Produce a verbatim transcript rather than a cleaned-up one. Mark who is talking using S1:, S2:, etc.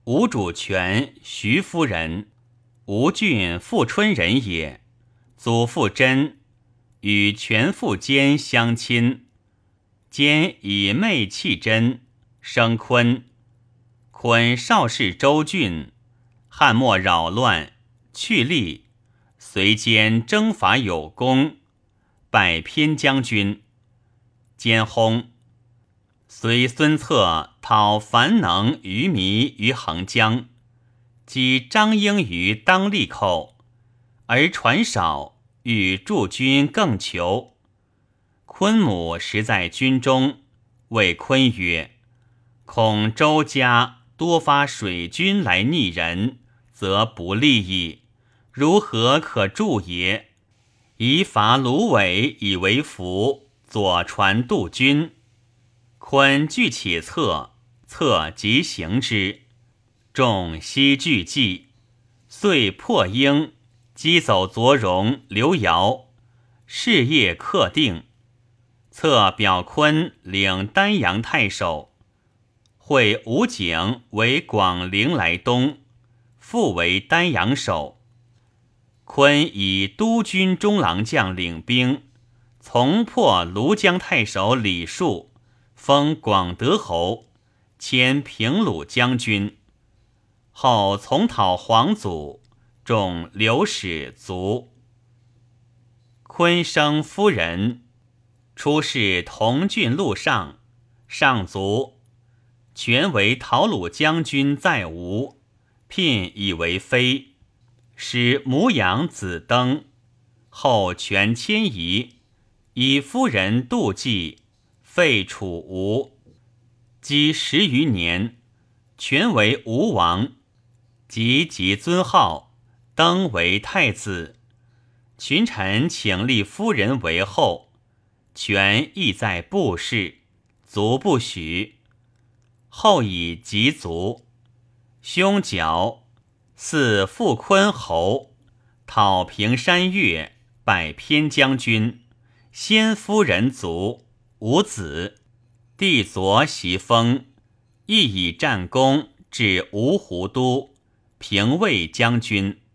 S1: 吴主权徐夫人，吴郡富春人也。祖父真，与权父坚相亲。坚以妹弃真，生昆。昆少氏周郡，汉末扰乱，去吏，随坚征伐有功，拜偏将军。坚薨，随孙策讨樊能、于弥于横江，击张英于当利口，而船少，欲驻军更求。昆母实在军中，谓昆曰：恐周家多发水军来逆人，则不利矣，如何可助也？宜伐芦苇以为符，左传渡军。昆具起策，策即行之。众悉俱计，遂破鹰，击走左戎刘繇，是夜克定。策表昆领丹阳太守，会吴景为广陵来东，复为丹阳守。昆以督军中郎将领兵，从破庐江太守李树，封广德侯，迁平鲁将军。后从讨皇祖，中刘使卒。昆生夫人，出仕同郡路上，上卒，权为讨虏将军在吴，聘以为妃，使母养子登。后权迁移，以夫人妒忌，废楚吴。积十余年，权为吴王，即即尊号，登为太子。群臣请立夫人为后，权亦在部事，卒不许。后以及卒，兄矫，嗣复昆侯，讨平山岳，拜偏将军。先夫人卒，无子。弟左袭封，亦以战功至芜湖都，平卫将军。